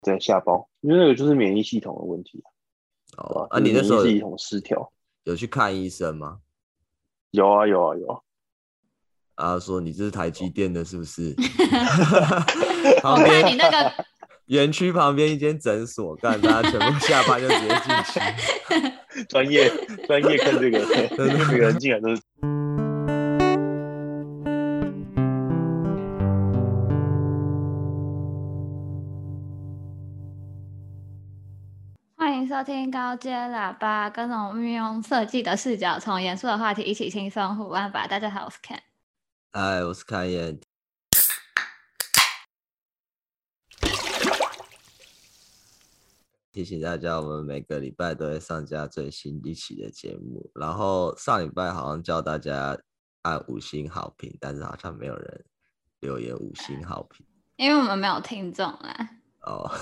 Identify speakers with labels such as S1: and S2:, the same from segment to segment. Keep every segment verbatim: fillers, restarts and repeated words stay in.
S1: 在下包，因为那个就是免疫系统的问题。
S2: 哦，
S1: 啊，
S2: 你那时候
S1: 免疫系统失调，
S2: 有去看医生吗？
S1: 有啊有啊有啊。
S2: 啊，说你这是台积电的，是不是？
S3: 我看你那个
S2: 园区旁边一间诊所，干大家全部下班就直接进去。
S1: 专业专业看这个，因为每个人进来都是。
S3: 欢迎收听高阶喇叭，各种运用设计的视角，从严肃的话题一起轻松胡乱吧。大家好，我是 Ken。
S2: 嗨，我是开彦。提醒大家，我们每个礼拜都会上架最新一期的节目。然后上礼拜好像叫大家按五星好评，但是好像没有人留言五星好评，
S3: 因为我们没有听众啦。
S2: 哦，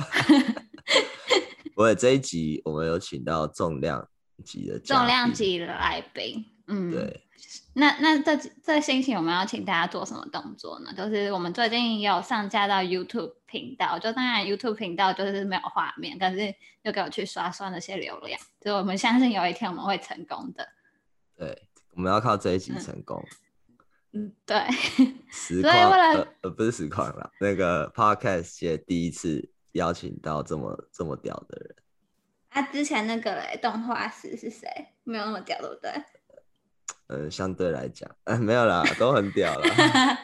S2: 我这一集我们有请到重量级的嘉宾，
S3: 重量级的来宾。嗯，
S2: 对。
S3: 那那这这星期我们要请大家做什么动作呢？就是我们最近有上架到 YouTube 频道，就当然 YouTube 频道就是没有画面，但是就给我去刷刷那些流量，就我们相信有一天我们会成功的。
S2: 对，我们要靠这一集成功。
S3: 嗯，对。
S2: 实况呃呃不是实况啦，那个 Podcast 界第一次邀请到这么这么屌的人。
S3: 啊，之前那个嘞动画师是谁？没有那么屌，对不对？
S2: 嗯，相对来讲，呃，没有啦，都很屌啦。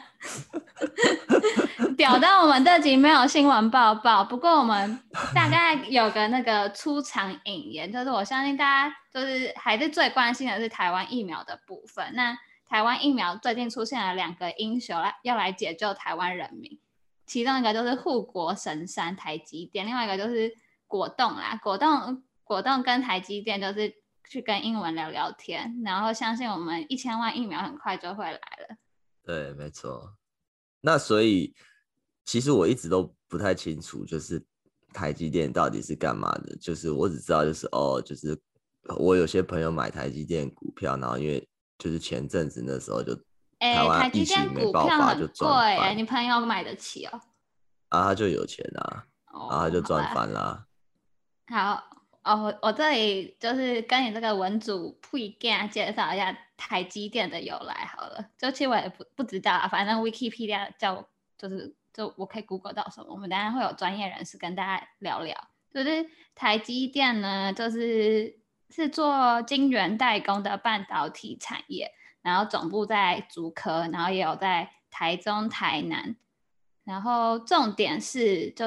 S3: 屌到我们这集没有新闻报报，不过我们大概有个那个出场引言，就是我相信大家就是还是最关心的是台湾疫苗的部分。那台湾疫苗最近出现了两个英雄来要来解救台湾人民，其中一个就是护国神山台积电，另外一个就是果冻啦，果冻果冻跟台积电就是去跟英文聊聊天，然后相信我们一千万疫苗很快就会来了。
S2: 对，没错。那所以其实我一直都不太清楚，就是台积电到底是干嘛的。就是我只知道，就是哦，就是我有些朋友买台积电股票，然后因为就是前阵子那时候就台湾疫情没爆发就赚翻。
S3: 欸、你朋友买得起哦？
S2: 啊，他就有钱啊，哦、然后他就赚翻啦。
S3: 好。哦，我我这里就是跟你这个文组配件介绍一下台积电的由来好了。就其实我也不不知道啊，反正 Wikipedia 叫我就是就我可以 Google 到什么，我们等一下会有专业人士跟大家聊聊。就是台积电呢，就是是做晶圆代工的半导体产业，然后总部在竹科，然后也有在台中、台南，然后重点是就是。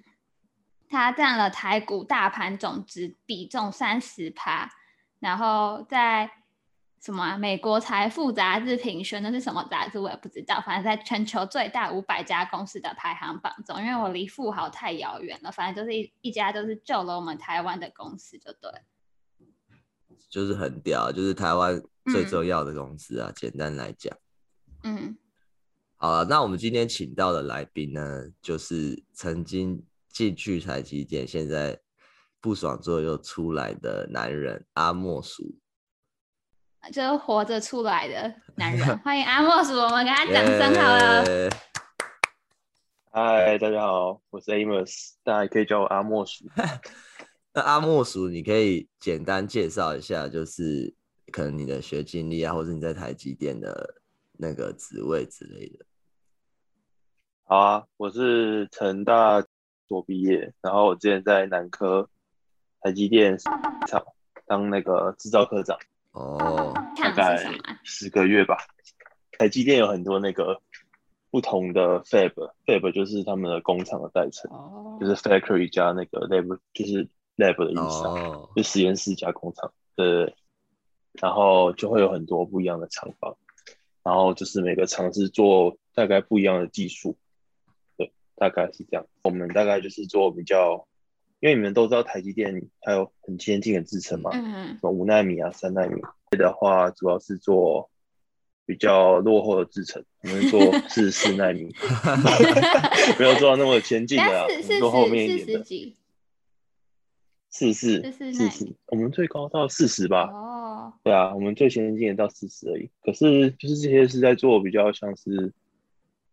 S3: 它占了台股大盘总值比重 百分之三十， 然后在什么、啊、美国财富杂志评选，那是什么杂志我也不知道，反正在全球最大五百家公司的排行榜中，因为我离富豪太遥远了，反正就是 一, 一家就是救了我们台湾的公司就对，
S2: 就是很屌，就是台湾最重要的公司啊、嗯、简单来讲。
S3: 嗯，
S2: 好了，那我们今天请到的来宾呢，就是曾经进去台积电，现在不爽之后又出来的男人阿莫叔，
S3: 就是活着出来的男人。欢迎阿莫叔，我们给他掌声好了。
S1: 嗨，大家好，我是 Amos， 大家也可以叫我阿莫叔。
S2: 那阿莫叔，你可以简单介绍一下，就是可能你的学经历啊，或者你在台积电的那个职位之类的。
S1: 好啊，我是成大所毕业，然后我之前在南科台积电厂当那个制造科长，
S2: 哦，
S1: 大概十个月吧。台积電有很多那个不同的 fab，fab 就是他们的工厂的代称，哦、就是 factory 加那个 lab， 就是 lab 的意思、啊哦、就实验室加工厂，对。然后就会有很多不一样的厂房，然后就是每个厂是做大概不一样的技术。大概是这样，我们大概就是做比较，因为你们都知道台积电还有很先进的制程嘛，嗯，什么五奈米啊、三奈米的话，主要是做比较落后的制程，我们做四十四奈米，没有做到那么先进的啊，我们做后面一点的。四十四，四十四，我们最高到四十吧。哦，对啊，我们最先进的到四十而已。可是就是这些是在做比较像是。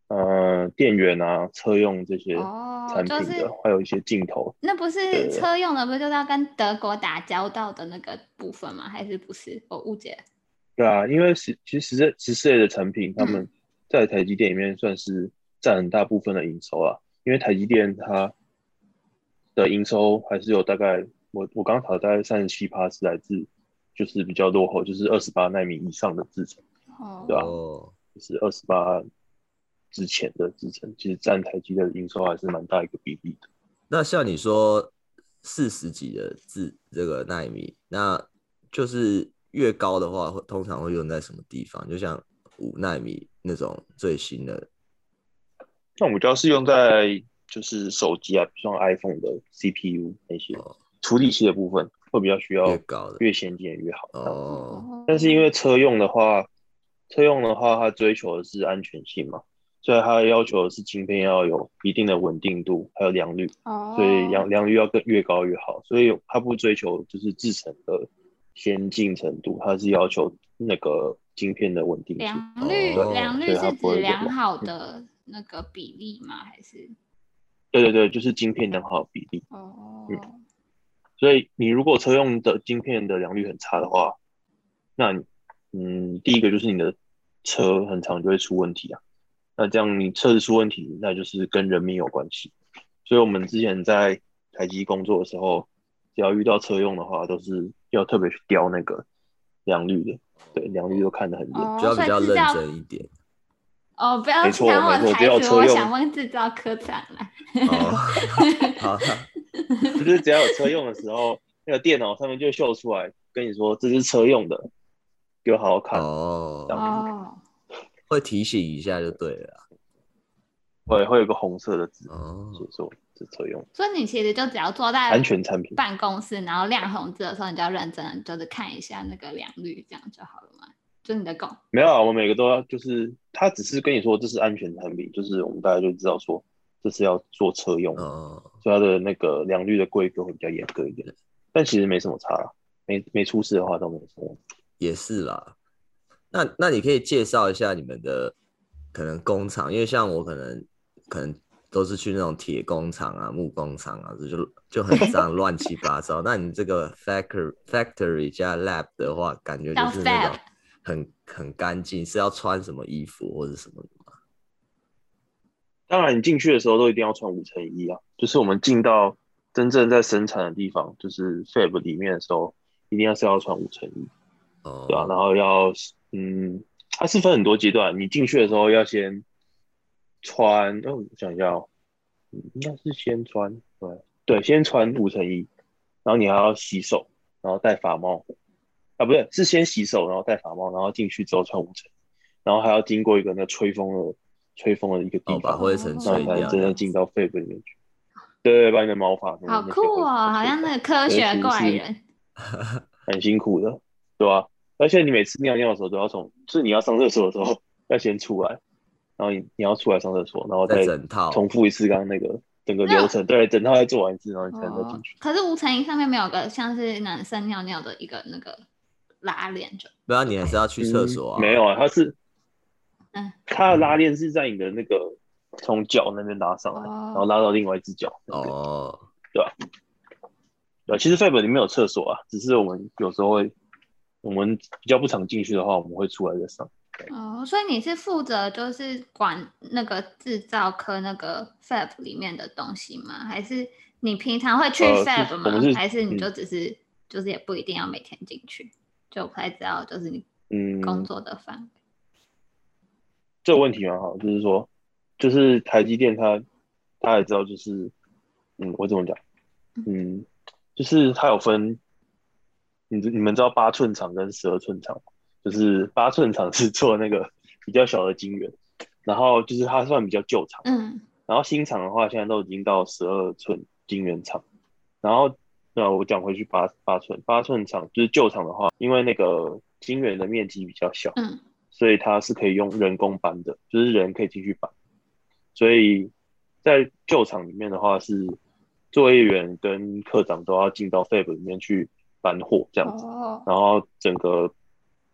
S1: 呃电源啊、车用这些产品的，
S3: 哦、就是、
S1: 还有一些镜头。
S3: 那不是车用的，不就是要跟德国打交道的那个部分吗？还是不是？我误解了。
S1: 对啊，因为其其实十十四 A 的产品，他
S3: 嗯
S1: 们在台积电里面算是占很大部分的营收啊。因为台积电它的营收还是有大概，我我刚查大概三十七趴是来自就是比较落后，就是二十八纳米以上的制程，对吧、
S2: 哦，
S1: 就是二十八之前的制程，其实占台积的营收还是蛮大一个比例的。
S2: 那像你说四十几的字这个纳米，那就是越高的话，会通常会用在什么地方？就像五纳米那种最新的。
S1: 那我们主要是用在就是手机啊，比如说 iPhone 的 C P U 那些
S2: 哦，
S1: 处理器的部分，会比较需要
S2: 越高的
S1: 越先进的越好。
S2: 哦
S1: 但是因为车用的话，车用的话，它追求的是安全性嘛，所以它要求的是晶片要有一定的稳定度，还有良率，所以良
S3: 哦，
S1: 良率要更越高越好。所以它不追求就是制程的先进程度，它是要求那个晶片的稳定性。
S3: 良率
S1: 对，
S3: 良
S2: 哦
S1: 所以它
S3: 率是
S1: 不会有。
S3: 指良好
S1: 嗯，
S3: 的那个比例吗？还是
S1: 对对对，就是晶片良好的比例。嗯，
S3: 哦
S1: 所以你如果车用的晶片的良率很差的话，那你嗯，第一个就是你的车很常就会出问题啊。那这样你车子出问题，那就是跟人命有关系。所以我们之前在台积工作的时候，只要遇到车用的话，都是要特别去调那个良率的，对，良率都看得很严。
S2: 就
S3: 哦，所以
S2: 要比较认
S3: 制造
S2: 真一点。
S3: 哦，不要
S1: 没错，
S3: 抢我
S1: 没错，只
S3: 的台词，
S1: 要有车用，
S3: 我想问制造科长了。
S2: 哦，好了，
S1: 就是只要有车用的时候，那个电脑上面就秀出来，跟你说这是车用的，给我好好看，这样
S2: 哦，
S1: 子。
S3: 哦，
S2: 会提醒一下就对了啦。
S1: 会会有个红色的字，写
S2: 哦，
S1: 说是车用
S3: 所以你其实就只要坐
S1: 安
S3: 在
S1: 全产品。
S3: 办公室，然后亮红字的时候，你就要认真地就是看一下那个良率，这样就好了嘛。就是你的狗。
S1: 没有啊，我每个都要，就是他只是跟你说这是安全产品，就是我们大家就知道说这是要做车用的，
S2: 哦，
S1: 所以它的那个良率的规格会比较严格一点。但其实没什么差啦，没没出事的话都没什么。
S2: 也是啦。那那你可以介绍一下你们的可能工厂，因为像我可能可能都是去那种铁工厂啊、木工厂啊，这就就很脏，乱七八糟。那你这个 factory factory 加 lab 的话，感觉就
S3: 叫
S2: 是那
S3: Fab。
S2: 种很很干净，是要穿什么衣服或者什么的吗？
S1: 当然，你进去的时候都一定要穿五层衣啊，就是我们进到真正在生产的地方，就是 fab 里面的时候，一定要是要穿五层衣。对啊，然
S2: 哦，
S1: 后要嗯，它是分很多阶段。你进去的时候要先穿，哦，我想一下哦，嗯应该是先穿，对对，先穿五层衣，然后你还要洗手，然后戴发帽，啊，不对，是先洗手，然后戴发帽，然后进去之后穿五层，然后还要经过一个那个吹风的吹风的一个
S2: 哦，
S1: 地方，
S2: 把灰尘
S1: 然后你
S2: 吹
S3: 哦，
S1: 才能
S2: 掉这样子。
S1: 真正进到肺部里面去。对对，把你的毛发什么
S3: 好酷
S1: 那些灰尘
S3: 哦，
S1: 都吹掉，
S3: 好像那个科
S1: 对，
S3: 学
S1: 其实是
S3: 怪人。
S1: 很辛苦的，对吧、而且你每次尿尿的时候都要从，就是你要上厕所的时候要先出来，然后你你要出来上厕所，然后
S2: 再
S1: 再
S2: 整套。
S1: 重复一次刚刚那个整个流
S3: 那
S1: 程，对，整套再做完一次，然后你才能再进
S3: 哦，
S1: 去。
S3: 可是无尘衣上面没有个像是男生尿尿的一个那个拉链就
S2: 不然你还
S3: 就可以。
S2: 是要去厕
S1: 嗯，
S2: 所啊。
S1: 没有啊，它是
S3: 嗯，
S1: 它的拉链是在你的那个从脚那边拉上来，然后
S3: 哦，
S1: 拉到另外一只脚那边，
S2: 哦，
S1: 对吧、对啊，其实 Fab 里面有厕所啊，只是我们有时候会，我们比较不常进去的话，我们会出来再上。
S3: 哦，所以你是负责就是管那个制造科那个 Fab 里面的东西吗？还是你平常会去
S1: 呃，是
S3: Fab 吗？
S1: 我们是
S3: 还是你就
S1: 嗯
S3: 只是就是也不一定要每天进去，就不太知道就是你工
S1: 嗯，
S3: 作的范围。
S1: 这个问题蛮好，就是说，就是台积电它大家也知道，就是嗯，我怎么讲？嗯，就是它有分，你你们知道八寸厂跟十二寸厂吗？就是八寸厂是做那个比较小的晶圆，然后就是它算比较旧厂，
S3: 嗯，
S1: 然后新厂的话现在都已经到十二寸晶圆厂，然后那我讲回去八八寸八寸厂就是旧厂的话，因为那个晶圆的面积比较小，
S3: 嗯，
S1: 所以它是可以用人工搬的，就是人可以进去搬，所以在旧厂里面的话是作业员跟科长都要进到 fab 里面去搬货这样子，
S3: 哦，
S1: 然后整个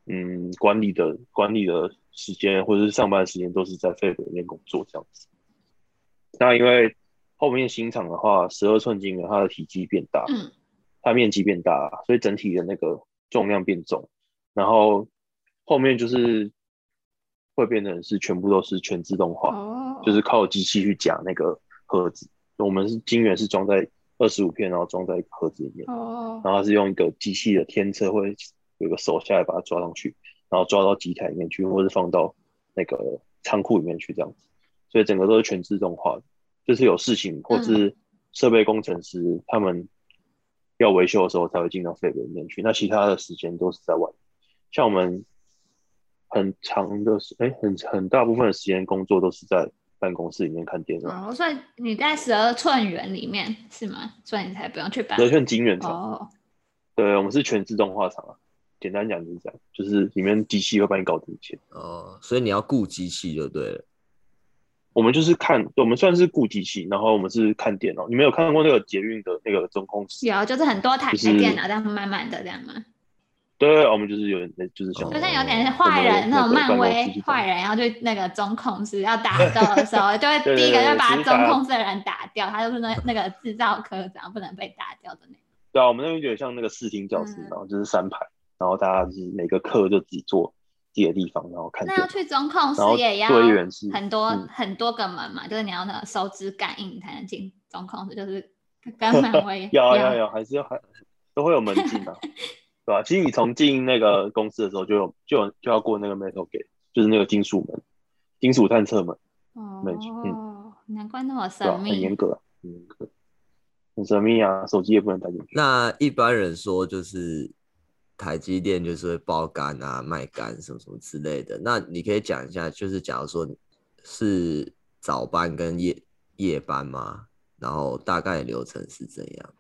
S1: 嗯管理的管理的时间或者是上班时间都是在 Fab 里面工作这样子。那因为后面新厂的话，十二寸晶圆它的体积变大，
S3: 嗯，
S1: 它面积变大，所以整体的那个重量变重，然后后面就是会变成是全部都是全自动化，
S3: 哦，
S1: 就是靠机器去夹那个盒子。我们是晶圆是装在二十五片，然后装在一个盒子里面，
S3: 哦，
S1: 然后它是用一个机器的天车会有个手下来把它抓上去，然后抓到机台里面去，或是放到那个仓库里面去这样子，所以整个都是全自动化的。就是有事情或
S3: 嗯，
S1: 是设备工程师他们要维修的时候才会进到 Fab 里面去，那其他的时间都是在外面。像我们很长的时，哎，很很大部分的时间工作都是在办公室里面看电脑。
S3: 哦，所以你在十二寸圆里面是吗？所以你才不用去办。
S1: 德炫晶圆厂，
S3: 哦，
S1: 对，我们是全自动化厂啊。简单讲就是这样，就是里面机器会帮你搞定一切。
S2: 哦，所以你要顾机器就对了。
S1: 我们就是看，我们算是顾机器，然后我们是看电脑。你没有看过那个捷运的那个中控室？
S3: 有，就是很多台
S1: 就是
S3: 电脑这样慢慢的这样吗？
S1: 对，我们就是有点，就是像
S3: 就像有点
S2: 哦，
S3: 坏人那种漫威
S1: 办公室
S3: 坏人要去那个中控室要打斗的时候，就会
S1: 对
S3: 第一个就
S1: 对对，
S3: 把中
S1: 只是大家
S3: 控室的人打掉，他就是那那个制造科长不能被打掉的那种。
S1: 对啊，我们那边有点像那个视听教室，
S3: 嗯，
S1: 然后就是三排，然后大家就是每个课就自己坐自己的地方，然后看
S3: 那要
S1: 电脑。
S3: 去中控
S1: 然后
S3: 室也要
S1: 作业员是，
S3: 很多、
S1: 嗯，
S3: 很多个门嘛，就是你要那个手指感应才能进中控室，就是跟漫威
S1: 要啊
S3: 一样。
S1: 要要，还是要还都会有门禁啊，对吧、其实你从进那个公司的时候就有就有就要过那个 metal gate，就是那个金属门、金属探测门门，嗯，
S3: 哦，难怪那么
S1: 对吧、
S3: 神秘。
S1: 很严格、啊，很严格，很神秘啊，手机也不能带进去。
S2: 那一般人说就是台积电就是会包干啊、卖干什么什么之类的。那你可以讲一下，就是假如说是早班跟夜夜班吗？然后大概流程是怎样？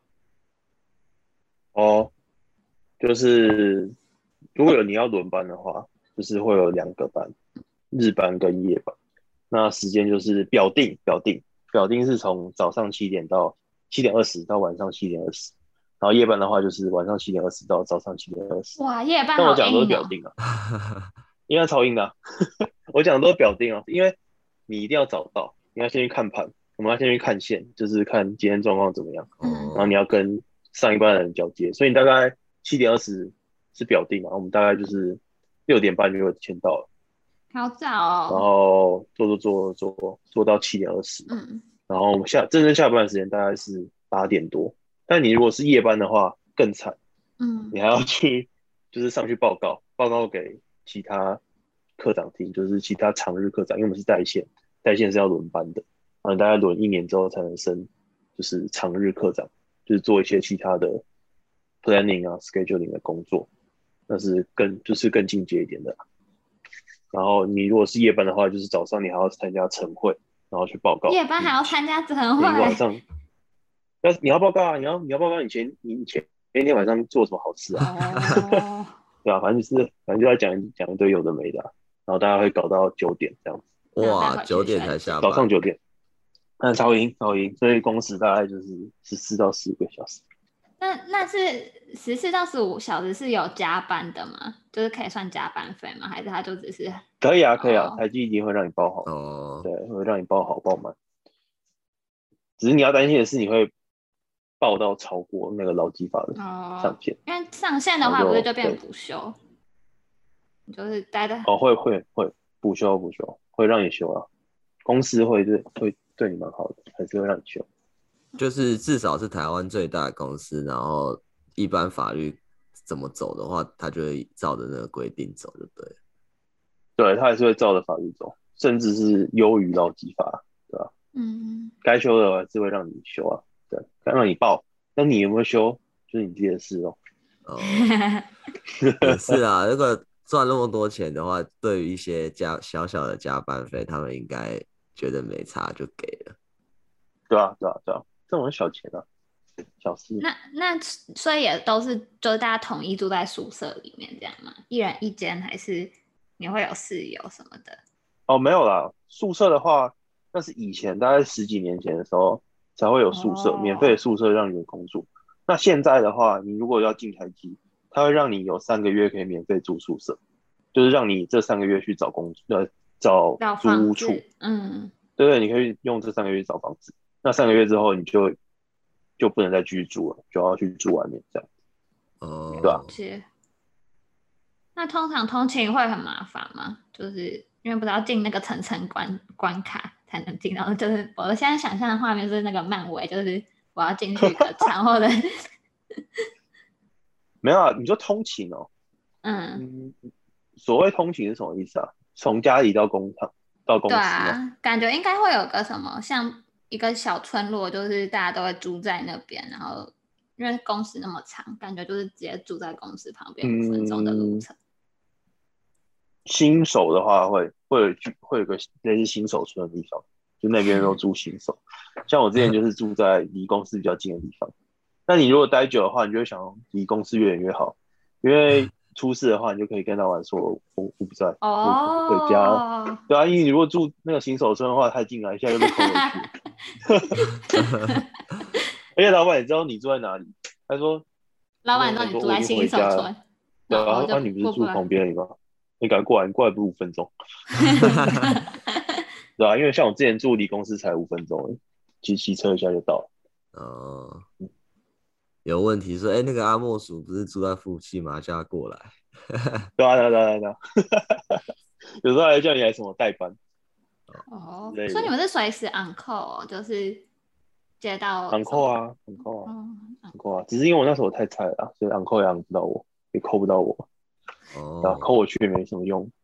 S1: 哦，就是如果有你要轮班的话，就是会有两个班，日班跟夜班。那时间就是表定，表定，表定是从早上七点到七点二十到晚上七点二十，然后夜班的话就是晚上七点二十到早上七点二十。
S3: 哇，夜班好
S1: 但我讲的都是
S3: 硬哦。
S1: 表定啊，因为超硬的啊我讲的都是表定啊，因为你一定要找到，你要先去看盘，我们要先去看线，就是看今天状况怎么样，
S3: 嗯，
S1: 然后你要跟上一班的人交接，所以你大概七点二十是表定嘛，我们大概就是六点半就会签到了。
S3: 好早
S1: 然
S3: 哦。
S1: 后做做做做做到七点二十，
S3: 嗯，
S1: 然后我们下真正下班的时间大概是八点多。但你如果是夜班的话更惨，
S3: 嗯，
S1: 你还要去就是上去报告，报告给其他科长听，就是其他常日科长，因为我们是带线，带线是要轮班的，然后你大概轮一年之后才能升，就是常日科长，就是做一些其他的 planning 啊 scheduling 的工作，那是更就是更进阶一点的。然后你如果是夜班的话，就是早上你还要参加晨会，然后去报告。
S3: 夜班还要参加晨
S1: 你晚
S3: 会。
S1: 上要你要报告啊，你要你要报告你前你前前一天晚上做什么好吃啊，
S3: 哦，
S1: 对吧、啊？反正就是反正就要讲讲一堆有的没的、啊，然后大家会搞到九点这样子，
S2: 哇，
S3: 然后再回
S2: 九点
S3: 去睡觉。
S1: 早
S2: 才下班。
S1: 上九点，那超赢超赢，所以工时大概就是十四到十五个小时。
S3: 那那是十四到十五小时是有加班的吗？就是可以算加班费吗？还是它就只是？
S1: 可以啊可以啊，
S3: 哦，
S1: 台积一定会让你包好，
S2: 哦，
S1: 对，会让你包好包满。只是你要担心的是你会报到超过那个劳基法的上
S3: 哦，
S1: 限。
S3: 因为上线的话
S1: 然后就
S3: 不是就变
S1: 对
S3: 补休，你就是待的。
S1: 哦，会会会补休补休，会让你休啊。公司会对会对你蛮好的，还是会让你休。
S2: 就是至少是台湾最大的公司，然后一般法律怎么走的话，他就会照着那个规定走，就对了。
S1: 对，他还是会照着法律走，甚至是优于劳基法，对吧？
S3: 嗯，
S1: 该休的还是会让你休啊，对，该让你报，那你有没有休，就是你自己的事哦。
S2: 哦，也是啊，如果赚那么多钱的话，对于一些加小小的加班费，他们应该觉得没差就给了。
S1: 对啊，对啊，对啊，这种小钱啊，小事。
S3: 那那所以也都是就是大家统一住在宿舍里面这样吗？一人一间还是你会有室友什么的？
S1: 哦，没有啦，宿舍的话，那是以前大概十几年前的时候才会有宿舍，免费的
S3: 哦，
S1: 宿舍让员工住。那现在的话，你如果要进台积，他会让你有三个月可以免费住宿舍， 就是让你这三个月去找工呃找租屋处，
S3: 嗯，
S1: 对对，你可以用这三个月找房子，那三个月之后你就就不能再继续住了，就要去住外面这样。
S2: 哦，
S1: 对啊。
S3: 那通常通勤会很麻烦吗？就是因为不知道进那个层层关关卡才能进到，就是我现在想象的画面是那个漫威，就是我要进去一个场或者
S1: 没有啊，你说通勤哦，
S3: 嗯，
S1: 嗯，所谓通勤是什么意思啊？从家里到工厂到公
S3: 对
S1: 司吗？
S3: 啊，感觉应该会有个什么像一个小村落，就是大家都会住在那边，然后因为工时那么长，感觉就是直接住在公司旁边五分钟的路程。
S1: 嗯，新手的话会会有会有个类似新手村的地方，就那边都住新手。像我之前就是住在离公司比较近的地方。那你如果待久的话，你就会想离公司越远越好，因为出事的话，你就可以跟老板说我我不在，我我回家。
S3: 哦，
S1: 对啊，因为你如果住那个新手村的话，太近了，一下就被扣回去。而且老板也知道你住在哪里，他说，
S3: 老板让你住在新手村，
S1: 对啊，
S3: 然后
S1: 啊你不是住旁边而已吗？你赶快过来，你过来不是五分钟？对啊，因为像我之前住离公司才五分钟，骑骑车一下就到了。
S2: 哦，有问题说，哎、欸，那个阿莫鼠不是住在附近吗？叫他过来。
S1: 对啊，对啊，对啊，对啊。有时候还叫你来什么代班。
S3: 哦，所以你们是随时 on call，、哦、就是接到
S1: on call 啊 on call 啊 on call 啊，只是因为我那时候太菜了，所以 on call 也 on 不到我，也扣不到我。
S2: 哦，
S1: 然后扣我去也没什么用，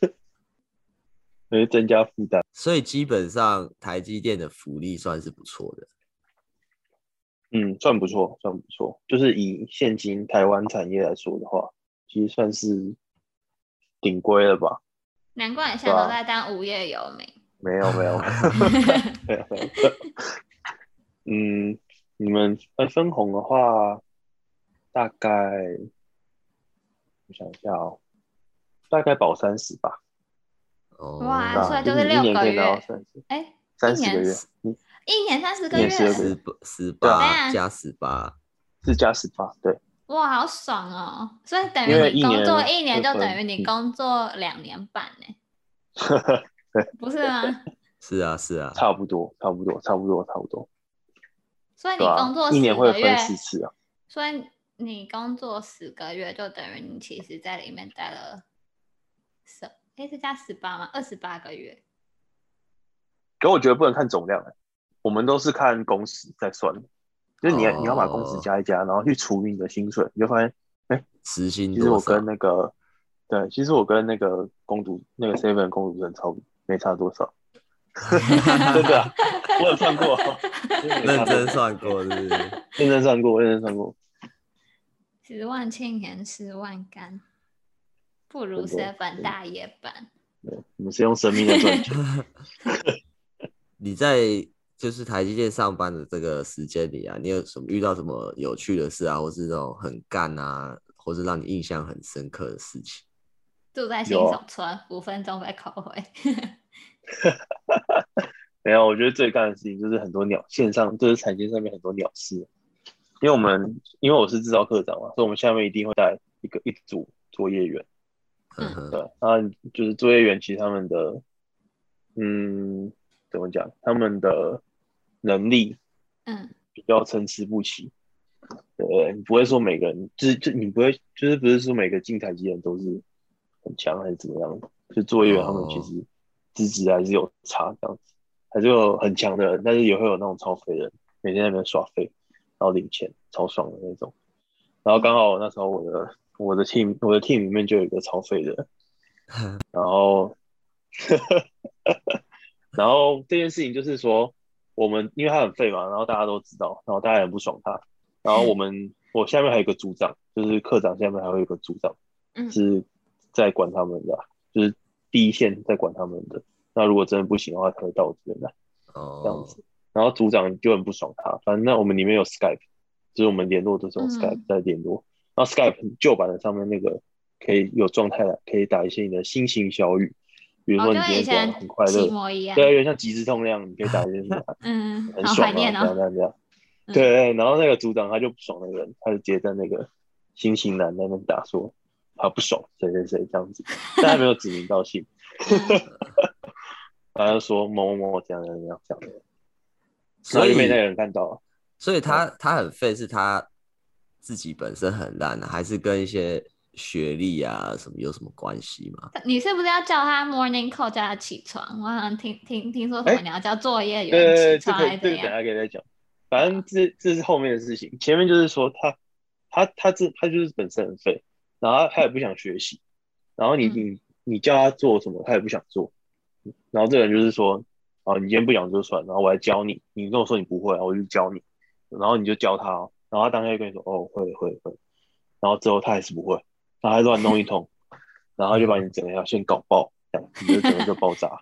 S1: 会增加负担。
S2: 所以基本上台积电的福利算是不错的。
S1: 嗯，算不错，算不错。就是以现今台湾产业来说的话，其实算是顶规了吧。
S3: 难怪你现在都在当无业游民。
S1: 没有没有没有没有。嗯，你们分红的话，大概我想一下哦，大概保三十吧。
S2: 哦，
S3: 哇，所以
S1: 就是
S3: 六个月，
S1: 哎，三十个月，
S3: 一年三十个月，
S1: 十
S2: 十八加十八，
S1: 是加十八，对。
S3: 哇，好爽哦！所以等于你工作一年，就等于你工作两年半呢。不是吗？
S2: 是啊，是啊，
S1: 差不多，差不多，差不多，差不多。
S3: 所以你工作
S1: 一年会分四次啊。
S3: 所以你工作十个月，就等于你其实在里面待了十，哎，是加十八吗？二十八个月。
S1: 可我觉得不能看总量、欸，我们都是看工时在算的。就是你、哦、你要把工时加一加，然后去除以你的薪水，你就发现，哎、欸，
S2: 时薪
S1: 其实我跟那个，对，其实我跟那个工读那个 seven 工读生差不没差多少。真的、啊，我有算过，
S2: 认真算过，是不是？
S1: 认真算过，认真算过。
S3: 十万青年十万干，不如 seven 大夜班。
S1: 对，我们是用生命在赚钱。
S2: 你在就是台积电上班的这个时间里啊，你有什么遇到什么有趣的事啊，或是那种很干啊，或是让你印象很深刻的事情？
S3: 住在新手村，五、啊、分钟被扣回。
S1: 没有，我觉得最干的事情就是很多鸟线上，就是产线上面很多鸟事。因为我们因为我是制造科长嘛，所以我们下面一定会带一个一组作业员。
S2: 嗯，
S1: 对，那就是作业员其实他们的，嗯，怎么讲？他们的能力，
S3: 嗯，
S1: 比较参差不齐。对，你不会说每个人，就是就你不会，就是不是说每个进台积人都是很强还是怎么样的？就作业员他们其实资质还是有差这样子，还是有很强的人，但是也会有那种超废的人，每天在那边耍废，然后领钱，超爽的那种。然后刚好那时候我的我的 team 我的 team 里面就有一个超废的人，然后然后这件事情就是说，我们因为他很废嘛，然后大家都知道，然后大家很不爽他。然后我们我下面还有一个组长，就是科长下面还有一个组长，是在管他们的，就是第一线在管他们的。那如果真的不行的话，他会到我这边来，这样子。然后组长就很不爽他，反正那我们里面有 Skype， 就是我们联络都是用 Skype 在联络。然后 Skype 旧版的上面那个可以有状态的，可以打一些你的心情小语。比如说你今天讲很快乐，对，有点像即时通那样，你可以打一些什么，
S3: 嗯，
S1: 很爽啊，这样这样这样。对，然后那个组长他就不爽那个人，他就直接在那个心情栏那边打说， 他不爽谁谁谁这样子，但他没有指名道姓。他就说某某某这样这样这样的，然后就被那个人看到了。
S2: 所以他他很废，是他自己本身很烂，还是跟一些学历啊什么有什么关系吗？
S3: 你是不是要叫他 morning call 叫他起床？我好像听听听说什么你要叫作业员起床还是怎样？
S1: 这个等下可以再讲。反正这这是后面的事情，前面就是说他他他这他就是本身很废，然后他也不想学习，然后你你你叫他做什么他也不想做，然后这个人就是说，哦你今天不想就算，然后我来教你，你跟我说你不会，我就教你，然后你就教他，然后他当下就跟你说哦会会会，然后之后他还是不会，然后他乱弄一通，然后就把你整个要先搞爆，这样你就整个就爆炸。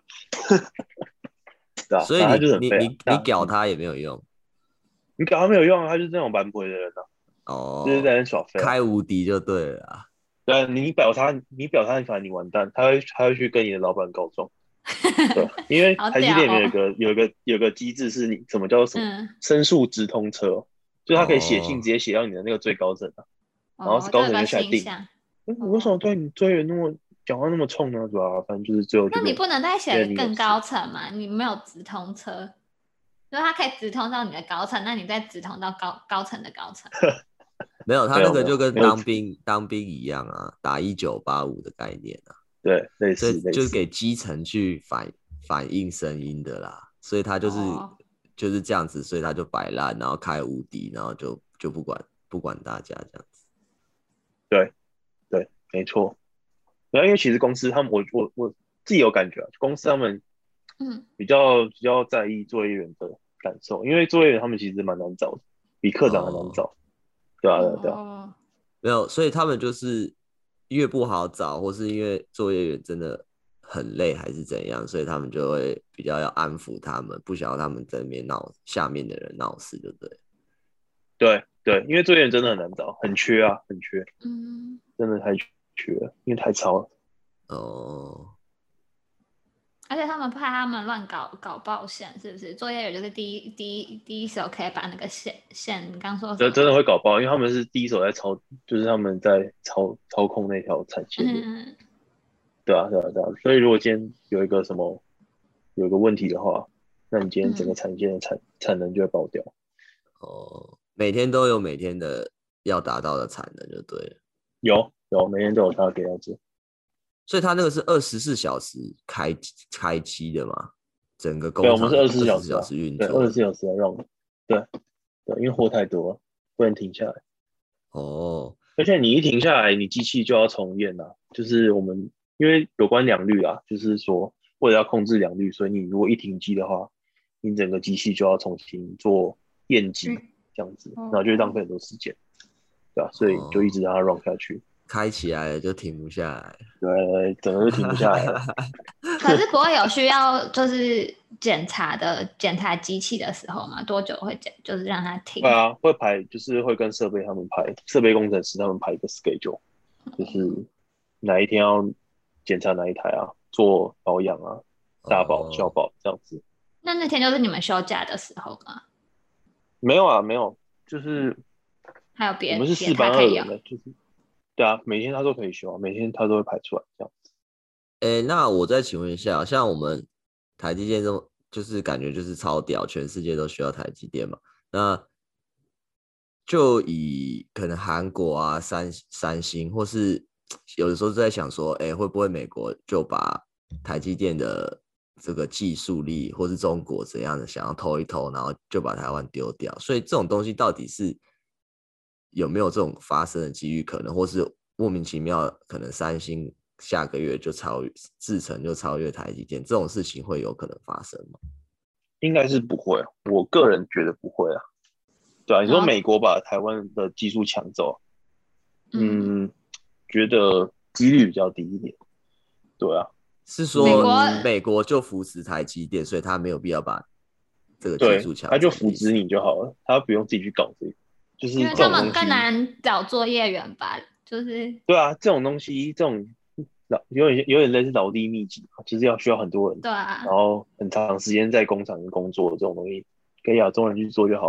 S1: 对啊，
S2: 所以你
S1: 他就很废啊，
S2: 你你你屌他也没有用，
S1: 你搞他没有用啊，他就是那种蛮鬼的人啊，
S2: 哦，
S1: 就是在那耍废、啊，
S2: 开无敌就对了啊。
S1: 对，你表他，你表他，反正你完蛋，他会他会去跟你的老板告状。对，因为台积电里面有个、哦、有个有个机制是你什么叫做什么申诉直通车、哦，就是他可以写信直接写到你的那个最高层啊，
S3: 哦、
S1: 然后是高层就下定。
S3: 你、
S1: 嗯、为什么对你追人那么讲话那么冲呢？对吧？反正就是最后就。
S3: 那你不能再写更高层嘛？你没有直通车，就是他可以直通到你的高层，那你再直通到高高层的高层。
S2: 没有，他那个就跟当兵当兵一样啊，打一九八五的概念啊。
S1: 对，类似类似，
S2: 就是给基层去反反映声音的啦，所以他就是、哦、就是这样子，所以他就摆烂，然后开无敌，然后就就不管不管大家这样子。
S1: 对对，没错。然后因为其实公司他们，我我我自己有感觉啊，公司他们嗯比较比较在意作业员的感受，因为作业员他们其实蛮难找的，比科长还难找。哦、对啊对啊对啊。
S2: 没有，所以他们就是越不好找，或是因为作业员真的很累，还是怎样，所以他们就会比较要安抚他们，不想要他们在那边闹下面的人闹事，对不对？
S1: 对对，因为作业员真的很难找，很缺啊，很缺，嗯，真的太缺了，因为太超了。
S2: 哦。
S3: 而且他们怕他们乱搞搞爆线，是不是？作业员就是第一第一第一手可以把那个线线，你刚说
S1: 真真的会搞爆，因为他们是第一手在操，就是他们在操操控那条产线的。嗯，对啊对啊对啊，所以如果今天有一个什么有一个问题的话，那你今天整个产线的产、嗯、产能就会爆掉。
S2: 哦，每天都有每天的要达到的产能就对了。
S1: 有有，每天都有他的给到这。
S2: 所以他那个是二十四小时开开机的嘛？整个工
S1: 厂对，我们是二十
S2: 四
S1: 小时
S2: 运作，
S1: 对，二十四小时来让，对对，因为货太多了，不能停下来。
S2: 哦，
S1: 而且你一停下来，你机器就要重验啊。就是我们因为有关良率啊，就是说为了要控制良率，所以你如果一停机的话，你整个机器就要重新做验机，嗯、这样子，然后就会浪费很多时间，对吧、啊？所以就一直让它 run 下去。
S2: 开起来了就停不下来，
S1: 对，整个就停不下来了。
S3: 可是不会有需要就是检查的检查机器的时候吗？多久会检，就是让它停？
S1: 会啊，会排，就是会跟设备他们排，设备工程师他们排一个 schedule，、嗯、就是哪一天要检查哪一台啊，做保养啊，大保、小保这样子。
S3: 那那天就是你们休假的时候吗？
S1: 没有啊，没有，就是
S3: 还有别，
S1: 我们是四班二人的，就是。对啊，每天他都可以修啊，每天他都会排出来这样子。
S2: 哎，那我再请问一下，像我们台积电这种，就是感觉就是超屌，全世界都需要台积电嘛？那就以可能韩国啊、三三星，或是有的时候在想说，哎，会不会美国就把台积电的这个技术力，或是中国怎样的想要偷一偷，然后就把台湾丢掉？所以这种东西到底是？有没有这种发生的几率可能，或是莫名其妙可能三星下个月就超越制程就超越台积电，这种事情会有可能发生吗？
S1: 应该是不会，我个人觉得不会啊。对啊，你说美国把台湾的技术抢走，嗯，嗯觉得几率比较低一点。对啊，
S2: 是说美国美国就扶持台积电，所以他没有必要把这个技术抢走，
S1: 他就扶持你就好了，他不用自己去搞这个。就是
S3: 因为他们更难找作业员吧，就是
S1: 对啊，这种东西，这种有点有点类似劳力密集，就是要需要很多人，
S3: 对啊，
S1: 然后很长时间在工厂工作这种东西，给亚洲人去做就好了。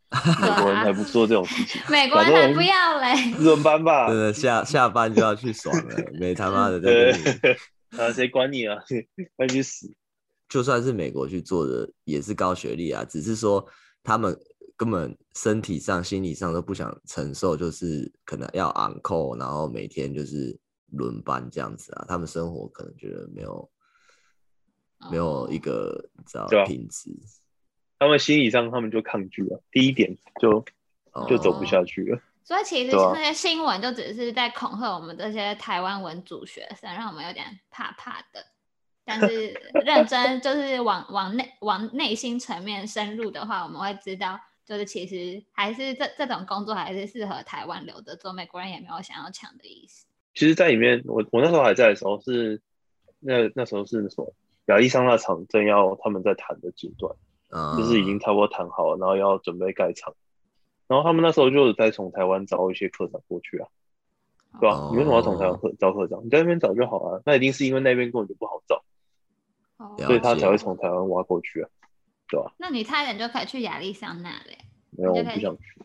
S1: 美国人才不做这种事情，
S3: 美国人才不要嘞，
S1: 轮班吧，
S2: 真的下下班就要去爽了，没他妈的在跟
S1: 你，啊谁管你啊，快去死！
S2: 就算是美国去做的，也是高学历啊，只是说他们根本身体上、心理上都不想承受，就是可能要 on call， 然后每天就是轮班这样子啊，他们生活可能觉得没有、哦、没有一个你知道品质。
S1: 他们心理上他们就抗拒了，第一点就、哦、就走不下去了。
S3: 所以其实那些新闻就只是在恐吓我们这些台湾文组学生，让我们有点怕怕的。但是认真就是往往内往内心层面深入的话，我们会知道，就是其实还是这这种工作还是适合台湾留着做，美国人也没有想要抢的意思。
S1: 其实，在里面，我我那时候还在的时候是那那时候是什么亚利桑那场正要他们在谈的阶段。Uh, 就是已经差不多谈好了，然后要准备盖厂，然后他们那时候就在从台湾找一些科长过去啊，对吧、啊？ Oh. 你为什么要从台湾招科长？你在那边找就好啊，那一定是因為那邊根本就不好找， oh. 所以他才會從台灣挖過去啊，對吧、啊？
S3: 那你差點就可以去亞利桑那嘞。
S1: 沒有，我不想去，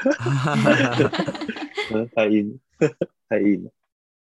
S1: 太硬，太硬了。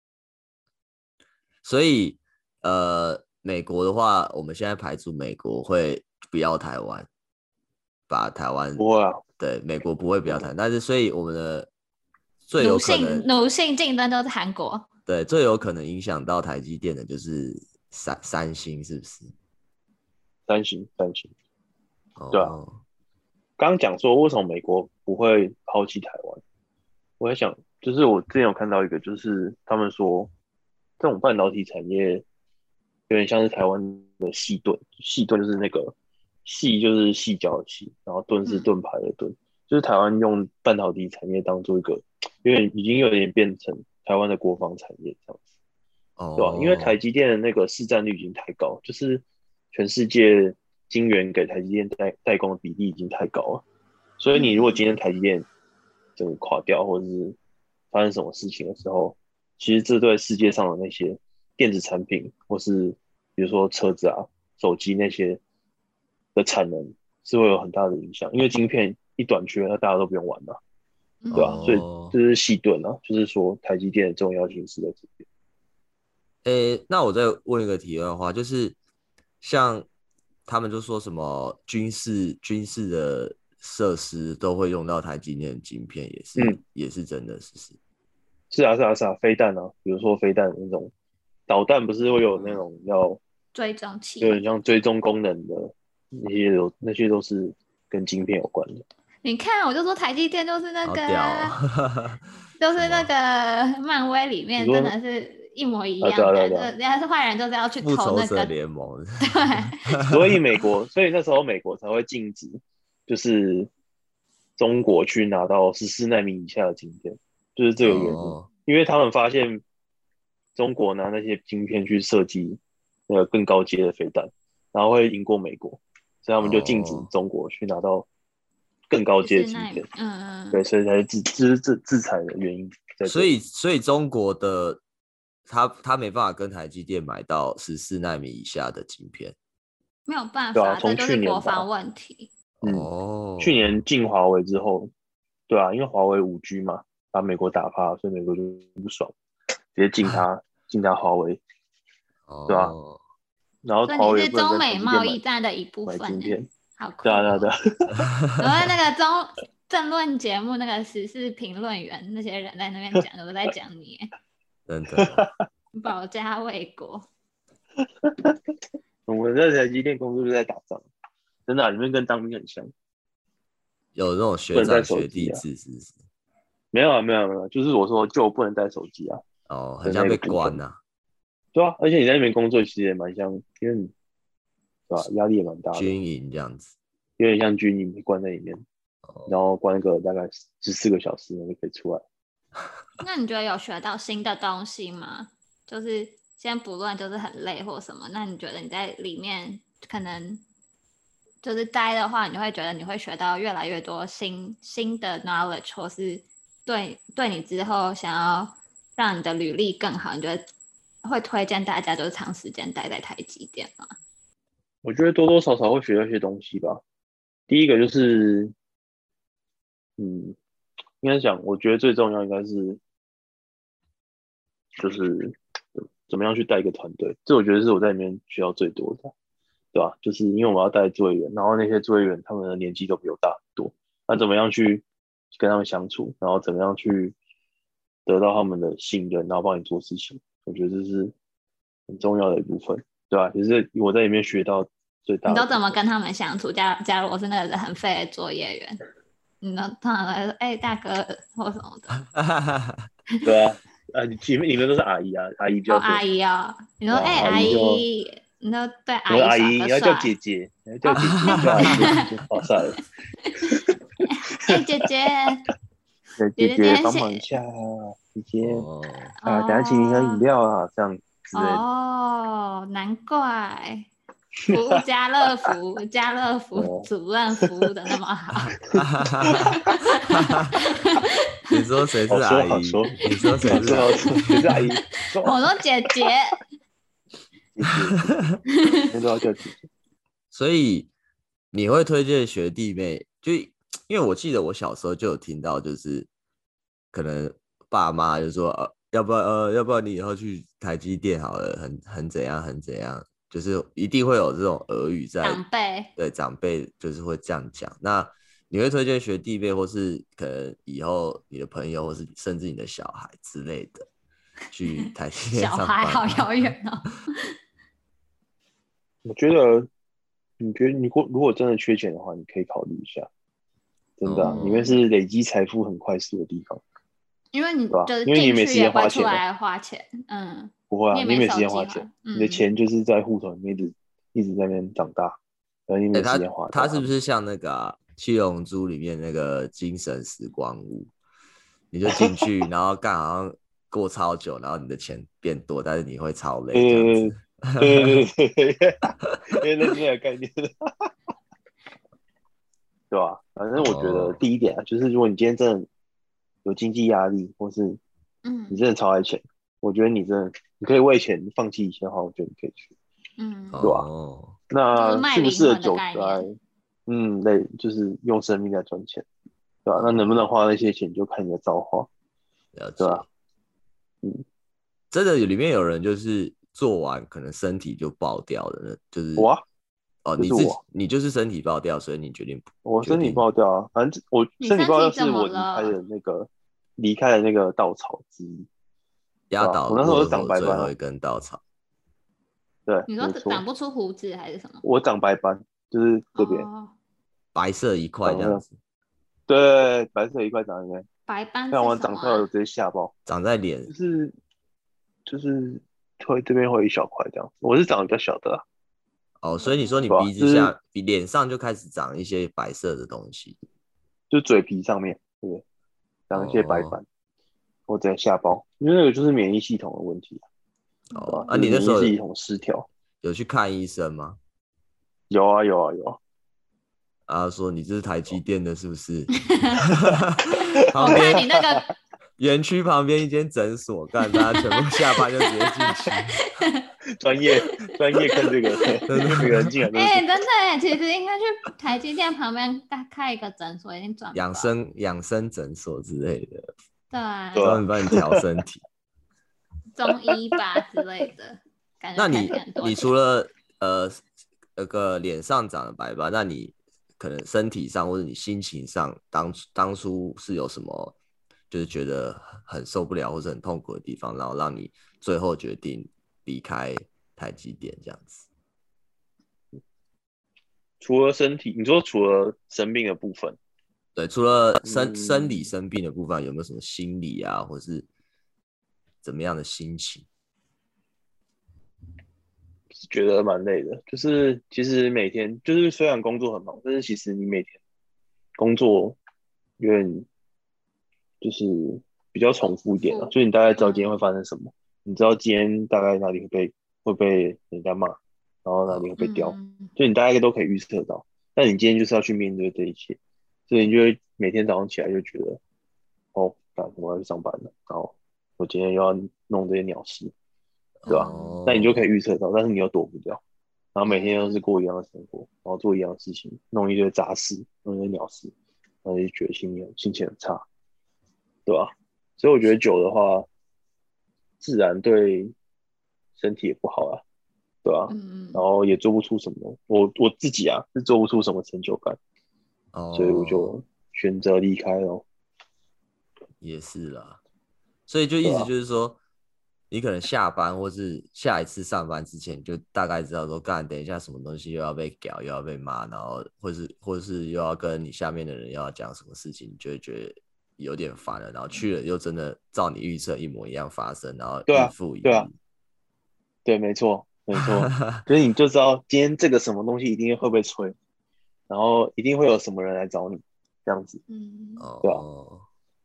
S2: 所以呃。美國的話，我們現在排除美國會不要台灣，把台灣
S1: 不會啊，
S2: 對，美國不會不要台灣，但是所以我們的最有可能
S3: 奴性競爭都是韓國，
S2: 對，最有可能影響到台積電的就是三三星，是不是？
S1: 三星，三星，對啊。剛剛講說為什麼美國不會拋棄台灣，我在想，就是我之前有看到一個，就是他們說這種半導體產業。有點像是台灣的細盾，細盾就是那個細就是細膠的細，然後盾是盾牌的盾，嗯、就是台灣用半導體產業當做一個，有點已經有點變成台灣的國防產業這樣子，哦、對吧、啊？因為台積電的那個市占率已經太高，就是全世界晶圓給台積電代代工的比例已經太高了，所以你如果今天台積電整個垮掉，或者是發生什麼事情的時候，其實這對世界上的那些電子產品或是比如說車子啊、手機那些的產能是會有很大的影響，因為晶片一短缺，那大家都不用玩嘛，對吧、啊？所以這是細盾啊，就是說台積電的重要性是在這邊。
S2: 誒，那我再問一個題外話，就是像他們就說什麼軍事軍事的設施都會用到台積電的晶片，也是、嗯、也是真的，是不是？
S1: 是啊是啊是啊，飛彈啊，比如說飛彈那種。導彈不是會有那種要
S3: 追蹤器，
S1: 有點像追蹤功能的那些都那些都是跟晶片有關的。
S3: 你看，我就說台積電就是那個、啊，就是那個漫威裡面真的是一模一樣的。人家是壞人，就是要去偷那個。復仇者聯盟。
S1: 對。所以美國，所以那時候美國才會禁止，就是中國去拿到十四奈米以下的晶片，就是這個原因，哦、因為他們發現。中國拿那些晶片去設計那個更高階的飛彈，然後會贏過美國，所以他們就禁止中國去拿到更高階的晶片。嗯嗯，對，所以才是制制制制裁的原因。
S2: 所以所以中國的他他沒辦法跟台積電買到十四奈米以下的晶片，
S3: 沒有辦法，這、啊、就是國防問題。
S1: 嗯、哦，去年禁華為之後，對啊，因為華為五 G 嘛，把美國打趴，所以美國就不爽。直接禁他，禁他華為，對吧、啊？然後華為
S3: 是中美貿易戰的一部分。好酷、哦！
S1: 對啊對啊對啊。
S3: 然後那個中政論節目那個時事評論員那些人在那邊講，都在講你。
S2: 真的。
S3: 保家衛國。
S1: 我們在台積電工作就在打仗，真的、啊，裡面跟當兵很像。
S2: 有那種學長學弟制，是不是？
S1: 沒有啊，沒有沒有，就是我說就不能帶手機啊。
S2: 哦，很像被關啊。
S1: 對啊，而且你在那邊工作其實也蠻像，因為你，對吧？壓力也蠻大的。軍
S2: 營這樣子，
S1: 有點像軍營被關在裡面，哦、然後關個大概十四個小時，然後就可以出來。
S3: 那你覺得有學到新的東西嗎？就是先不論就是很累或什麼，那你覺得你在裡面可能就是待的話，你會覺得你會學到越來越多新新的 knowledge， 或是對對你之後想要讓你的履歷更好，你覺得會推薦大家就是長時間待在台積電嗎？
S1: 我覺得多多少少會學到一些東西吧。第一個就是嗯，应该讲，我觉得最重要应该是就是怎么样去带一个团队，这我觉得是我在里面学到最多的，对吧？就是因为我们要带作业员，然后那些作业员他们的年纪都比我大很多，那怎么样去跟他们相处，然后怎么样去得到他们的信任，然后帮你做事情，我觉得这是很重要的一部分，对吧？也是我在里面学到最大的。
S3: 你都怎么跟他们相处？假假如我是那个人很废的作业员，你都通常来说，哎、欸，大哥或什么的。
S1: 对啊，啊，你们你们都是阿姨啊，阿姨比较
S3: 哦，阿姨哦，你说哎、欸，阿
S1: 姨，
S3: 你都对阿
S1: 姨阿姨，
S3: 姨
S1: 你要叫姐姐，你要叫姐姐，叫阿姨就好帅了。
S3: 哎、欸，姐姐，
S1: 姐姐帮忙一下，姐姐、哦、啊，等下请你喝饮料啊，这样之类的。
S3: 哦，难怪。服务家乐福，家乐福主任服务的那么好。
S2: 你说谁是阿姨？你说谁是阿姨？
S1: 谁是阿姨？
S3: 我说姐姐。
S1: 姐姐，都要叫姐姐。
S2: 所以你会推荐学弟妹？就因为我记得我小时候就有听到，就是可能爸妈就说，呃，要不要呃，要不要你以后去台积电好了，很很怎样，很怎样。就是一定会有这种耳语在，
S3: 长辈
S2: 对长辈就是会这样讲。那你会推荐学弟妹，或是可能以后你的朋友，或是甚至你的小孩之类的，去台积电上班？
S3: 小孩好遥远哦。
S1: 我觉得，你觉得你如果真的缺钱的话，你可以考虑一下。真的、啊，里、哦、面是累积财富很快速的地方。
S3: 因为你就是
S1: 因为你没时间花
S3: 钱，出来花钱，嗯。
S1: 不会啊，
S3: 你
S1: 没时间花钱、嗯，你的钱就是在户头里面一直一直在那边长大，然后你没时间花、欸。
S2: 它是不是像那个、啊《七龙珠》里面那个精神时光屋？你就进去，然后干好像过超久，然后你的钱变多，但是你会超累这样子。
S1: 对对对对对，因为那是那个概念，对吧？反正我觉得第一点啊，就是如果你今天真的有经济压力，或是你真的超爱钱。嗯，我觉得你真的，你可以为钱放弃一些的话，我觉得你可以去，嗯，对吧？哦、那是不是的韭菜？嗯，类就是用生命在赚钱，对吧？那能不能花那些钱，就看你的造化，对吧？
S2: 嗯，真的里面有人就是做完可能身体就爆掉的，就是
S1: 我、啊、
S2: 哦，你自己你就是身体爆掉，所以你决定
S1: 我身体爆掉啊，反正我身体爆掉是我离开的那个离开的那个稻草之一。
S2: 压倒
S1: 我那时候长白斑，
S2: 最后一根稻草。
S1: 对，
S3: 你说长不出胡子还是什么？
S1: 我长白斑，就是这边、哦、
S2: 白色一块这样子。
S1: 对，白色一块长在那边。
S3: 白斑
S1: 看完长出来我直接吓爆。
S2: 长在脸，
S1: 就是就是会这边会有一小块这样。我是长得比较小的、啊。
S2: 哦，所以你说你鼻子下、就是、比脸上就开始长一些白色的东西，
S1: 就嘴皮上面，对不对？长一些白斑。哦，我直接吓爆，因为那个就是免疫系统的问题。
S2: 哦，啊，你那时候
S1: 免疫系统失调，
S2: 有去看医生吗？
S1: 有啊，有啊，有啊。
S2: 啊，说你这是台积电的，是不是？
S3: 我看你那个
S2: 园区旁边一间诊所，干大家全部下班就直接进
S1: 去。专业专业看这个，真的每个人进来都是。
S3: 哎、欸，真的哎，其实应该去台积电旁边开一个诊所，已经赚
S2: 养生养生诊所之类的。
S3: 对啊，
S2: 专门帮你调身体，
S3: 中医吧之类的。
S2: 那你你除了呃那个脸上长的白斑，那你可能身体上或者你心情上，当当初是有什么就是觉得很受不了或者很痛苦的地方，然后让你最后决定离开台积电这样子？
S1: 除了身体，你说除了生病的部分？
S2: 对，除了生、嗯、生理生病的部分，有没有什么心理啊，或是怎么样的心情？
S1: 是觉得蛮累的，就是其实每天就是虽然工作很忙，但是其实你每天工作有点就是比较重复一点了，所以你大概知道今天会发生什么，你知道今天大概哪里会被会被人家骂，然后哪里会被刁，嗯、所以你大概都可以预测到。但你今天就是要去面对这一切。所以你就会每天早上起来就觉得，哦，我要去上班了，然后我今天又要弄这些鸟事，对吧？哦、那你就可以预测到，但是你又躲不掉，然后每天都是过一样的生活，然后做一样的事情，弄一堆杂事，弄一堆鸟事， 然后就觉得心情心情很差，对吧、啊？所以我觉得酒的话，自然对身体也不好啊，对吧、啊？然
S3: 嗯，
S1: 后也做不出什么，我我自己啊是做不出什么成就感，所以我
S2: 哦，
S1: 就选择离开了，
S2: 也是啦。所以就意思
S1: 对吧、
S2: 就是说，你可能下班或是下一次上班之前，你就大概知道说，干等一下什么东西又要被屌，又要被骂，然后或是或是又要跟你下面的人又要讲什么事情，你就会觉得有点烦了。然后去了又真的照你预测一模一样发生，然后日
S1: 对啊，对啊，
S2: 复一日。
S1: 对，没错，没错，所以你就知道今天这个什么东西一定会被吹，然后一定会有什么人来找你，这样子，
S3: 嗯，
S1: 对吧、啊？
S2: 哦，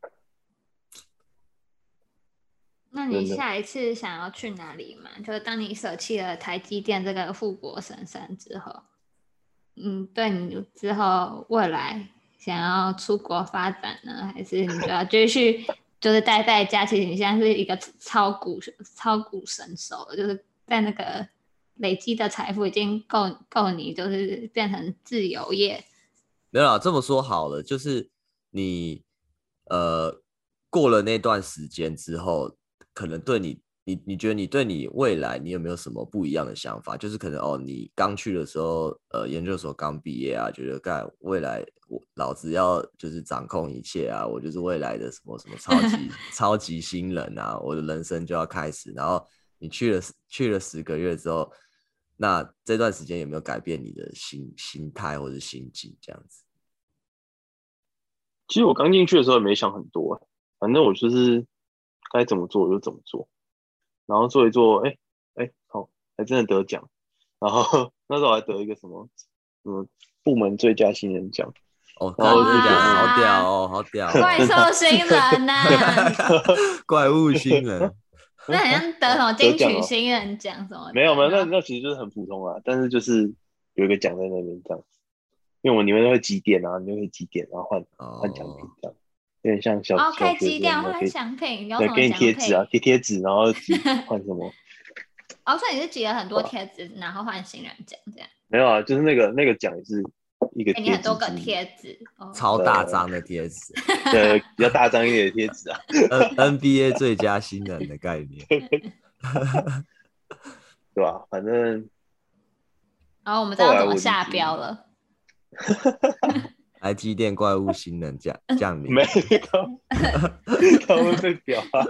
S3: 那你
S1: 真的。
S3: 下一次想要去哪里吗？就是当你舍弃了台积电这个富国神山之后，嗯，对你之后未来想要出国发展呢，还是你就要继续就是待在家？其实你现在是一个超股超股神手了，就是在那个累积的财富已经够够你就是变成自由业。
S2: 没有啦，这么说好了，就是你呃过了那段时间之后，可能对你，你你觉得你对你未来你有没有什么不一样的想法？就是可能哦，你刚去的时候，呃，研究所刚毕业啊，觉得干未来我老子要就是掌控一切啊，我就是未来的什么什么超级超级新人啊，我的人生就要开始。然后你去了去了十个月之后，那这段时间有没有改变你的心心态或者心境这样子？
S1: 其实我刚进去的时候也没想很多，反正我就是该怎么做我就怎么做，然后做一做，哎哎，好，还真的得奖，然后那时候还得一个什么什么部门最佳新人奖，
S2: 哦，
S1: 然
S2: 干，真的假的？
S1: 后就觉得
S2: 好屌
S3: 哇，
S2: 哦，好屌
S3: 怪
S2: 哦！
S3: 兽新人呐、
S2: 怪物新人。
S3: 那好
S1: 嗯啊啊
S3: 像得什么金
S1: 得奖了，
S3: 曲新人奖什么的，
S1: 没有没有，那
S3: 然后
S1: 那其实就是很普通啊，但是就是有一个奖在那边这样，因为我们里面都会集点啊，你就会集点，然后换换奖品
S2: 哦，
S1: 这样，有点像小
S3: 哦，可以
S1: 小学
S3: 积电换
S1: 生的可以
S3: 奖品，有
S1: 对，
S3: 什么
S1: 给你贴纸啊，
S3: 奖品？
S1: 贴贴纸，然后集换什么。
S3: 哦，所以你是集了很多
S1: 对吧？
S3: 贴纸，然后换新人奖这样，
S1: 没有啊，就是那个那个奖也是一个
S3: 给你
S1: 贴
S3: 很多个
S1: 纸之一，
S3: 贴纸
S2: 超
S3: 哦。
S2: 大张的贴纸
S1: 对，比较大张一点的贴纸啊，
S2: ，N NBA 最佳新人的概念。
S1: 对吧？反正
S3: 然后我们知道
S1: 后来
S3: 怎么下
S1: 我离职，
S3: 标了。
S2: 台积电怪物新人降降临
S1: 没
S2: 了。
S1: 他他会被表啊，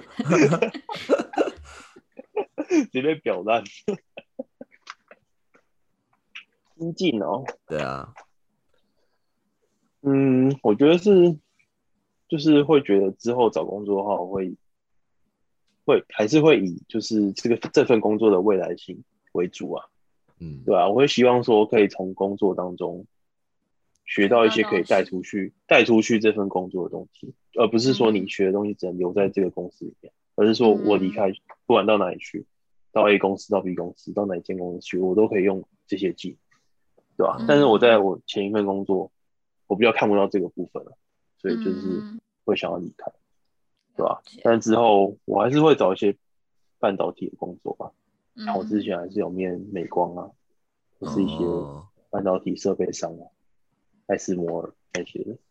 S1: 直接被表烂。心境哦，
S2: 对啊，
S1: 嗯，我觉得是，就是会觉得之后找工作的话，我会会还是会以就是这个这份工作的未来性为主啊，
S2: 嗯，
S1: 对吧？我会希望说可以从工作当中学
S3: 学到
S1: 到一些可以带
S3: 东西，
S1: 出去、带出去这份工作的东西，而不是说你
S3: 嗯
S1: 学的东西只能留在这个公司里面，而是说我离
S3: 嗯
S1: 开，不管到哪里去，到 A 公司、到 B 公司、到哪一间公司去，我都可以用这些技能，对吧？但是我在
S3: 嗯
S1: 我前一份工作，我比较看不到这个部分了，所以就是
S3: 嗯，
S1: 会想要离开，对吧？
S3: 了解，
S1: 但之后我还是会找一些半导体的工作吧，像我之
S3: 嗯，
S1: 前还是有面美光啊，或是一些
S2: 哦，
S1: 半导体设备商啊，艾斯摩尔那些的。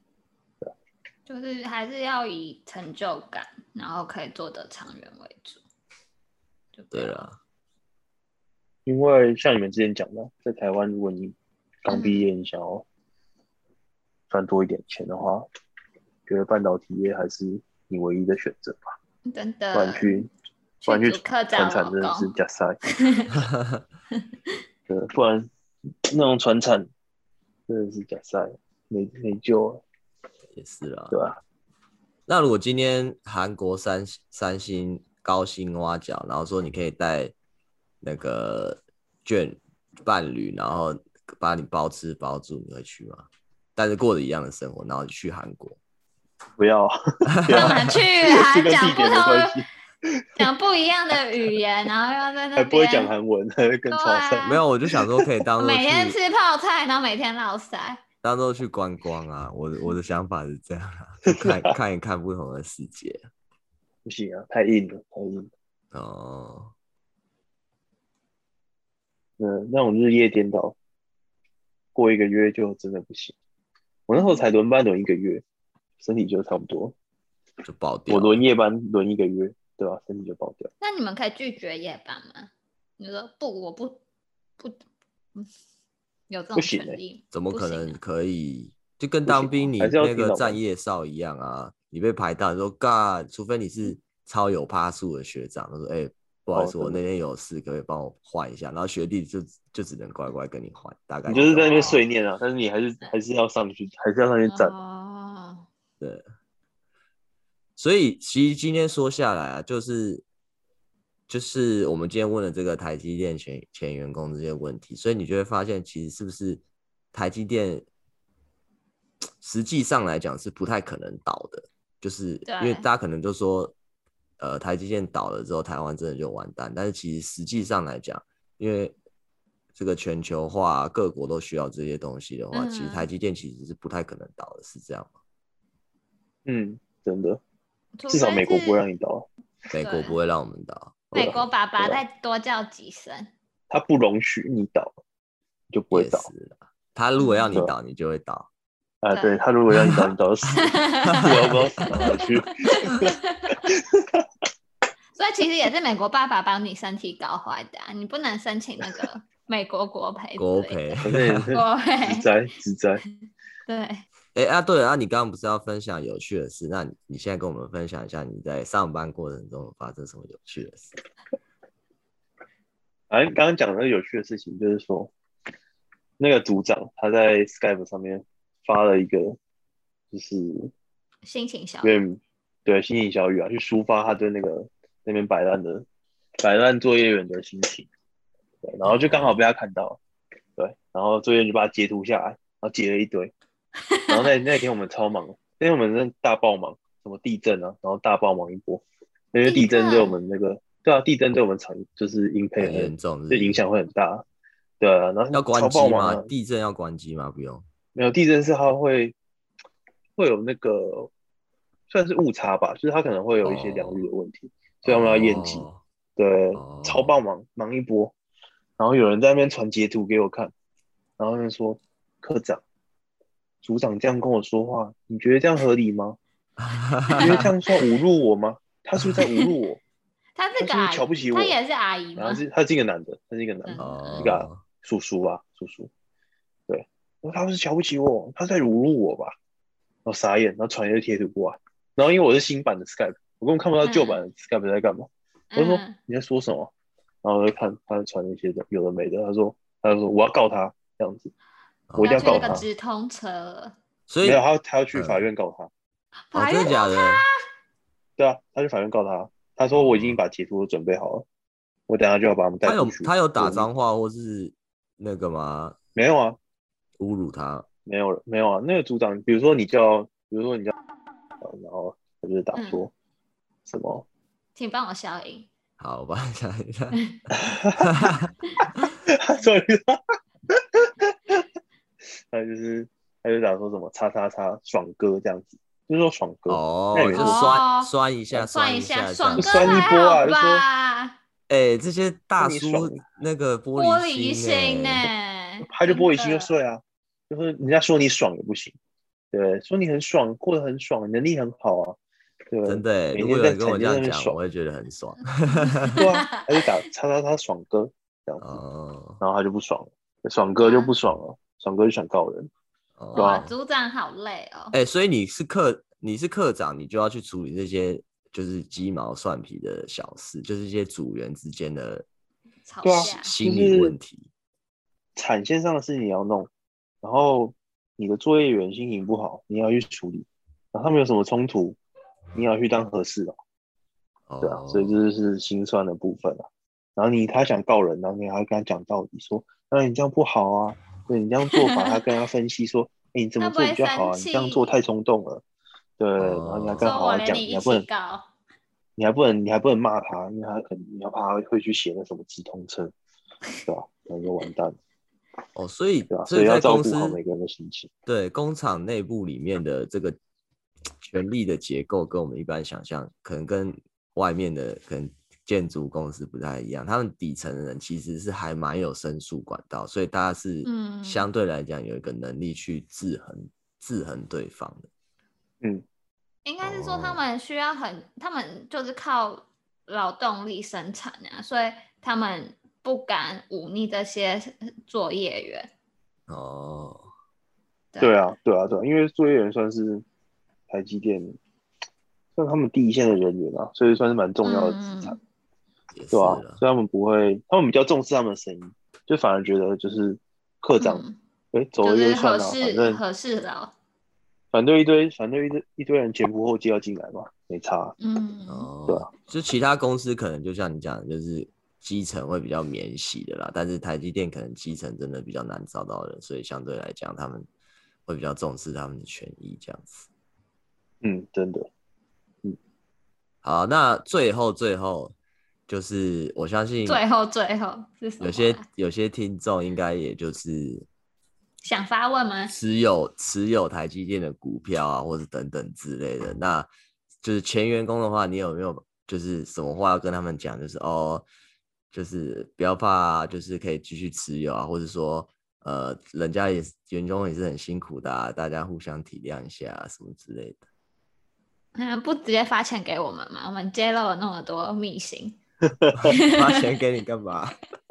S3: 就是还是要以成就感，然后可以做得长远为主，就不要，
S2: 对了，
S1: 因为像你们之前讲的，在台湾，如果你刚毕
S3: 嗯，
S1: 业，你想要赚多一点钱的话，觉得半导体业还是你唯一的选择吧。
S3: 真
S1: 不然
S3: 的
S1: 去，不然去
S3: 去主客
S1: 船
S3: 找老
S1: 产真的是
S3: 公，
S1: 假赛，对，不然那种船产真的是假赛，没没救了，
S2: 也是啦。
S1: 对吧？
S2: 那如果今天韩国三三星高薪挖角，然后说你可以带那个眷伴侣，然后把你包吃包住，你会去吗？但是过着一样的生活，然后去韩国。
S1: 不要不要，
S3: 干嘛去
S1: 这
S3: 啊？讲不同
S1: 跟地点没关
S3: 的，
S1: 系，
S3: 讲不一样的语言，然后要在那
S1: 还不会讲
S3: 边，
S1: 韩文，还会
S3: 对
S1: 更差赛。
S3: 啊，
S2: 没有，我就想说可以当做
S3: 每天
S2: 去
S3: 吃泡菜，然后每天落塞。
S2: 当做去观光啊。我的我的想法是这样啊，去看看一看不同的世界。
S1: 不行啊，太硬了，太硬了。
S2: 哦，
S1: 嗯，那种日夜颠倒，过一个月就真的不行。 我那时候才轮班轮一个月，身体就差不多
S2: 就爆掉。
S1: 我轮夜班轮一个月，对吧、啊？身体就爆掉。
S3: 那你们可以拒绝夜班吗？你说不，我不不，嗯，有这种权利、
S1: 欸？
S2: 怎么可能可以？就跟
S1: 啊
S2: 当兵你那个站夜哨一样啊，你被排到，你说干，除非你是超有趴数的学长，他说哎、欸，不好意思，哦、我那天有事，可不可以帮我换一下？然后学弟就就只能乖乖跟你换，大概
S1: 你就是在那边碎念啊，但是你还是还是要上去，还是要上去站。
S3: 哦，
S2: 对。所以其实今天说下来啊，就是就是我们今天问了这个台积电前前员工这些问题，所以你就会发现，其实是不是台积电实际上来讲是不太可能倒的，就是因为大家可能就说，呃，台积电倒了之后，台湾真的就完蛋。但是其实实际上来讲，因为这个全球化，各国都需要这些东西的话，嗯、其实台积电其实是不太可能倒的，是这样吗？
S1: 嗯，真的。至少美国不会让你倒，
S2: 美国不会让我们倒。
S3: 美国爸爸再多叫几声，
S1: 他不容许你倒，你就不会倒。
S2: 他如果要你倒，嗯、你就会倒。
S1: 啊，对，他如果要你倒，你倒死，我要不要死到哪去？
S3: 所以其实也是美国爸爸帮你身体搞坏的、啊，你不能申请那个美国国赔。
S2: 国赔，
S3: 国赔，
S1: 职灾，职灾。
S3: 对。
S2: 哎、欸、啊，对了啊，你刚刚不是要分享有趣的事？那你你现在跟我们分享一下你在上班过程中发生什么有趣的事？
S1: 反正刚刚讲的有趣的事情就是说，那个组长他在 Skype 上面发了一个就是
S3: 心情小语，
S1: 对心情小语啊，去抒发他对那个那边摆烂的摆烂作业员的心情。对，然后就刚好被他看到，对，然后作业员就把他截图下来，然后截了一堆。然后那那天我们超忙，那天我们真的大爆忙，什么地震啊，然后大爆忙一波。因为地震对我们那个，对啊，地震对我们厂就是音配很
S2: 严重，
S1: 就影响会很大。对啊，然后
S2: 要关机吗？地震要关机吗？不用。
S1: 没有，地震是它会会有那个算是误差吧，就是它可能会有一些良率的问题，哦、所以我们要验机。哦、对，哦、超爆忙，忙一波。然后有人在那边传截图给我看，然后就说科长。组长这样跟我说话，你觉得这样合理吗？你觉得这样算侮辱我吗？他是不是在侮辱我？
S3: 他是个阿姨，
S1: 瞧不起我。
S3: 他也是阿姨吗？
S1: 他是他是一个男的，他是一个男的，嗯、一个叔叔吧，叔叔。对，然后他是瞧不起我，他是在侮辱我吧？然后傻眼，然后传一个贴图过来，然后因为我是新版的 Skype， 我根本看不到旧版的 Skype 在干嘛。嗯、我就说你在说什么？然后我就看他传一些有的没的，他说他就说我要告他这样子。我一定要告他。
S3: 那个直通车，
S2: 所以
S1: 没有他，他要去法院告他。
S3: 法院告他？
S1: 对啊，他去法院告他。他说我已经把截图都准备好了，我等下就要把他们带出去。
S2: 他有他有打脏话或是那个吗？
S1: 没有啊，
S2: 侮辱他？
S1: 没有没有啊。那个组长，比如说你叫，比如说你叫，然后他就是打说、嗯、什么？
S3: 请帮我消音。
S2: 好，我帮你消一下。
S1: 终于。还有就是，还有打说什么“叉叉叉爽哥”这样子，就是说爽哥
S2: 哦，就酸酸一下，
S3: 酸一
S2: 下，
S3: 爽哥
S1: 酸一波啊，就说，
S2: 哎、欸，这些大叔那个玻璃心呢、
S3: 欸，
S1: 他就玻璃心就睡啊，就是人家说你爽也不行，对，说你很爽，过得很爽，能力很好啊，对，
S2: 真的、欸，如果有人跟我这样讲，我会觉得很爽。
S1: 对啊，他就打叉叉叉爽哥这样子，哦、然后他就不爽了，爽哥就不爽了。爽哥就想告人，
S3: 哇，组长好累哦。
S2: 哎、欸，所以你是课你是课长，你就要去处理这些就是鸡毛蒜皮的小事，就是一些组员之间的
S3: 吵架、
S2: 心理问题。
S1: 就是、产线上的事情你要弄，然后你的作业员心情不好，你要去处理，然后他们有什么冲突，你要去当和事佬。哦、对啊，所以这就是心酸的部分啊。然后你他想告人，然后你还要跟他讲道理，说，那你这样不好啊。对你这样做法，他跟他分析说：“哎、欸，你怎么做比较好啊？你这样做太冲动了。”对，然后你还跟他好好讲，你还不能，你还不能，你还不能骂他，因为他可能你要怕他会去写那什么直通车，对吧？然后就完蛋了。
S2: 哦，所以
S1: 对吧？所以要照顾好每个人的心情。
S2: 对，工厂内部里面的这个权力的结构，跟我们一般想象，可能跟外面的可能。建筑公司不太一样，他们底层的人其实是还蛮有申诉管道，所以大家是相对来讲有一个能力去制衡制衡对方的。
S1: 嗯，
S3: 应该是说他们需要很，他们就是靠劳动力生产啊，所以他们不敢忤逆这些作业员。
S2: 哦，
S1: 对啊，对啊，对啊，因为作业员算是台积电，算他们第一线的人员啊，所以算是蛮重要的资产，
S2: 也是
S1: 对啊，
S2: 啦。
S1: 所以他们不会，他们比较重视他们的声音，就反而觉得就是科长，哎、
S3: 嗯，
S1: 走了
S3: 就是
S1: 就算了、
S3: 合适
S1: 反正
S3: 合适劳。
S1: 反正一堆反正一堆一堆人前仆后继要进来嘛，没差，
S3: 嗯，
S2: 哦，
S1: 对啊，
S2: 就其他公司可能就像你讲的，就是基层会比较免洗的啦，但是台积电可能基层真的比较难找到人，所以相对来讲他们会比较重视他们的权益这样子。
S1: 嗯，真的，嗯，
S2: 好，那最后最后就是我相信
S3: 最后最后是什么啊？
S2: 有些有些听众应该也就是
S3: 想发问吗？
S2: 持有持有台积电的股票啊，或者等等之类的。那就是前员工的话，你有没有就是什么话要跟他们讲？就是哦，就是不要怕啊，就是可以继续持有啊，或者说呃，人家也员工也是很辛苦的啊，大家互相体谅一下啊，什么之类的。
S3: 嗯，不直接发钱给我们嘛？我们揭露了那么多秘辛。
S2: 发钱给你干嘛？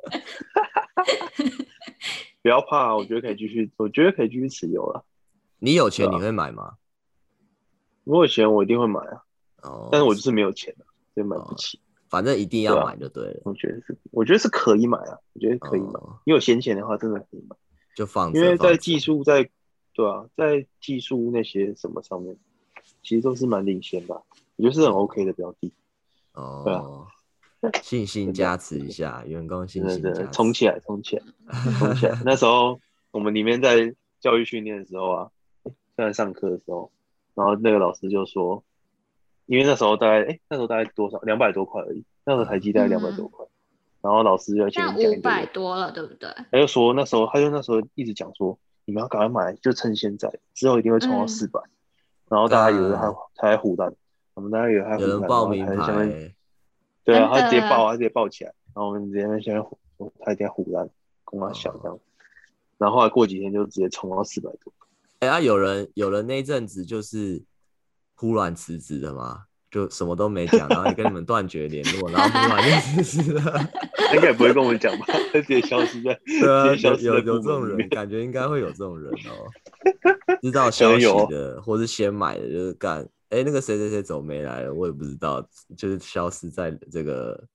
S1: 不要怕，我觉得可以继续，我觉得可以继续持有了。
S2: 你有钱你会买吗？
S1: 如果有钱我一定会买啊，
S2: 哦，
S1: 但是我就是没有钱啊，所以买不起。
S2: 哦，反正一定要买就对了。
S1: 我觉得是，我觉得是可以买啊，我觉得可以买。
S2: 哦，
S1: 你有闲钱的话，真的可以买，
S2: 就放着，
S1: 因为在
S2: 放着
S1: 技术在，对啊，在技术那些什么上面，其实都是蛮领先的啊，我觉得是很 OK 的标的。对啊，
S2: 哦，信心加持一下，员工信心
S1: 真的真的
S2: 加持。
S1: 冲起来，冲起来，冲起来！那时候我们里面在教育训练的时候啊，在上课的时候，然后那个老师就说，因为那时候大概，哎，那时候大概多少？两百多块而已，那时候台积大概两百多块，然后老师就在前面讲一
S3: 五
S1: 堆，
S3: 百多了，对不对？
S1: 他就说那时候，他就那时候一直讲说，你们要赶快买，就趁现在，之后一定会冲到四百、嗯。然后大家以为他他在唬烂，我们大家以为他
S2: 有人
S1: 唬烂，然后
S2: 报名牌、
S1: 台下面，
S2: 欸，
S1: 对啊，他直接报，他直接报起来，然后我们直接在下面唬，他一定要唬烂，跟他想这样。然后后来过几天就直接冲到四百多。
S2: 哎、欸、啊，有人有人那一阵子就是忽然辞职的吗？就什么都没讲，然后也跟你们断绝联络，然后忽然就辞职了。
S1: 他应该也不会跟我们讲吧？他直接消失在，
S2: 对啊，
S1: 直接消失在
S2: 有有有这种人，感觉应该会有这种人哦。知道消息的，或是先买的，就是干，哎、欸，那个谁谁谁走没来了，我也不知道，就是消失在这个。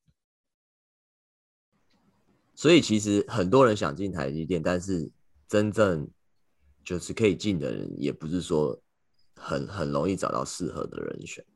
S2: 所以其实很多人想进台积电，但是真正就是可以进的人，也不是说很很容易找到适合的人选。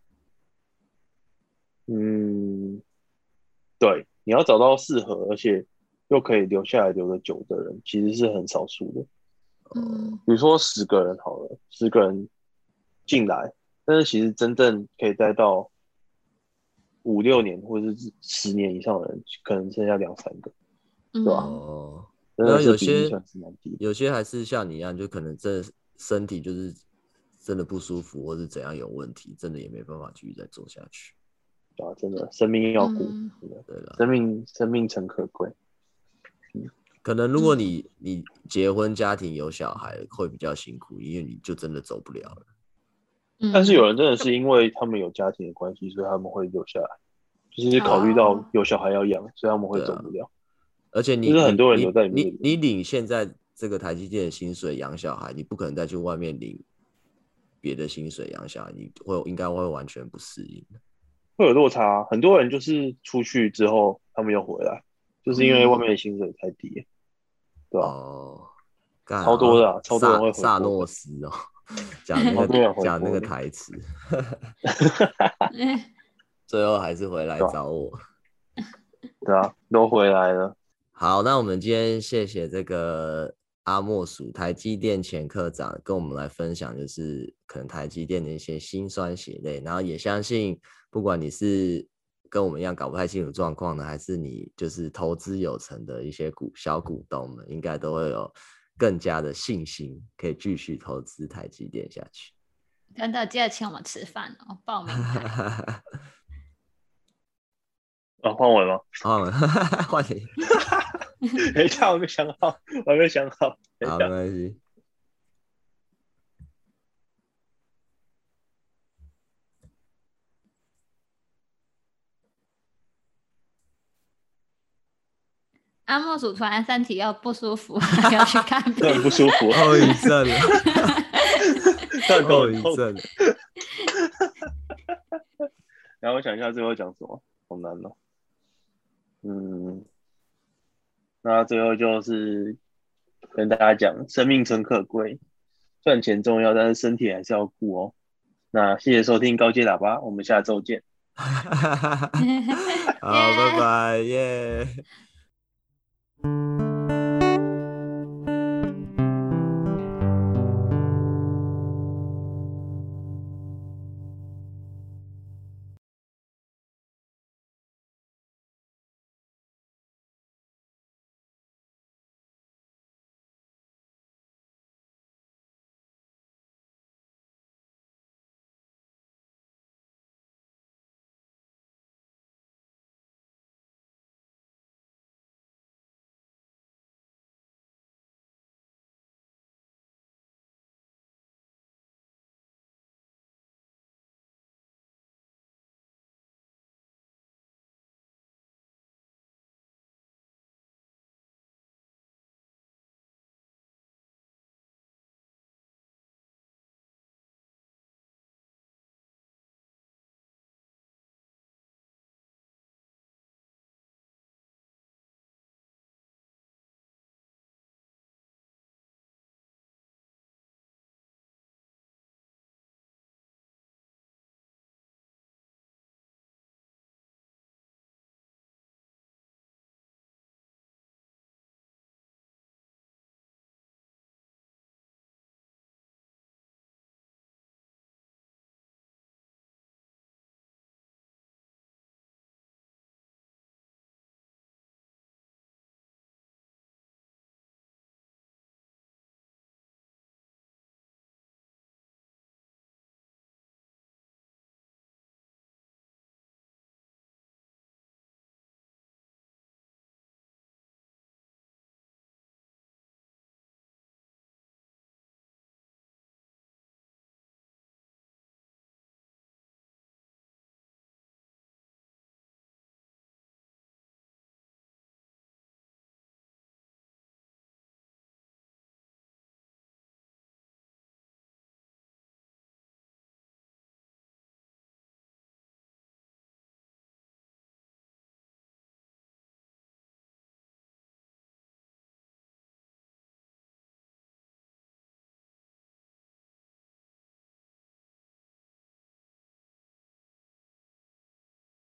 S1: 嗯，对，你要找到适合而且又可以留下来留得久的人，其实是很少数的。
S3: 嗯，
S1: 比如说十个人好了，十个人进来，但是其实真正可以待到五六年或者是十年以上的人，可能剩下两三个，对吧？
S2: 哦，
S1: 真的是比例算是蛮低。
S2: 有些还是像你一样，就可能真的身体就是真的不舒服，或是怎样有问题，真的也没办法继续再做下去。
S1: 啊，真的，生命要顾，
S3: 嗯、
S2: 对了，
S1: 生命生命诚可贵。
S2: 嗯，可能如果你你结婚家庭有小孩会比较辛苦，因为你就真的走不了了。
S3: 嗯、
S1: 但是有人真的是因为他们有家庭的关系，所以他们会留下来，就是考虑到有小孩要养，哦、所以他们会走不了。
S2: 啊、而且你
S1: 就是很多人留在里
S2: 面，你你领现在这个台积电的薪水养小孩，你不可能再去外面领别的薪水养小孩，你会应该会完全不适应的。
S1: 会有落差，很多人就是出去之后，他们又回来，就是因为外面的薪水太低，嗯、对吧、啊？
S2: 哦，
S1: 超多的、啊，超多人会回
S2: 萨诺斯哦，讲那个讲那个台词，最后还是回来找我。
S1: 对啊，都回来了。
S2: 好，那我们今天谢谢这个阿莫属台积电前科长跟我们来分享，就是可能台积电的一些辛酸血泪，然后也相信不管你是跟我们一样搞不太清楚状况的，还是你就是投资有成的一些股小股东们，应该都会有更加的信心，可以继续投资台积电下去。
S3: 真的，记得请我们吃饭哦，报名牌。
S1: 啊，换我了吗？
S2: 换我，换你。
S1: 等一下，我没想好，我还没想好。
S2: 好，没关系。
S3: 阿莫鼠突然身体又不舒服，要去看病，
S1: 很不舒服，
S2: 后遗症了，后遗症了。
S1: 然后我想一下最后讲什么，好难哦。嗯，那最后就是跟大家讲，生命诚可贵，赚钱重要，但是身体还是要顾哦。那谢谢收听高阶喇叭，我们下周见。
S2: 好，拜拜，耶、yeah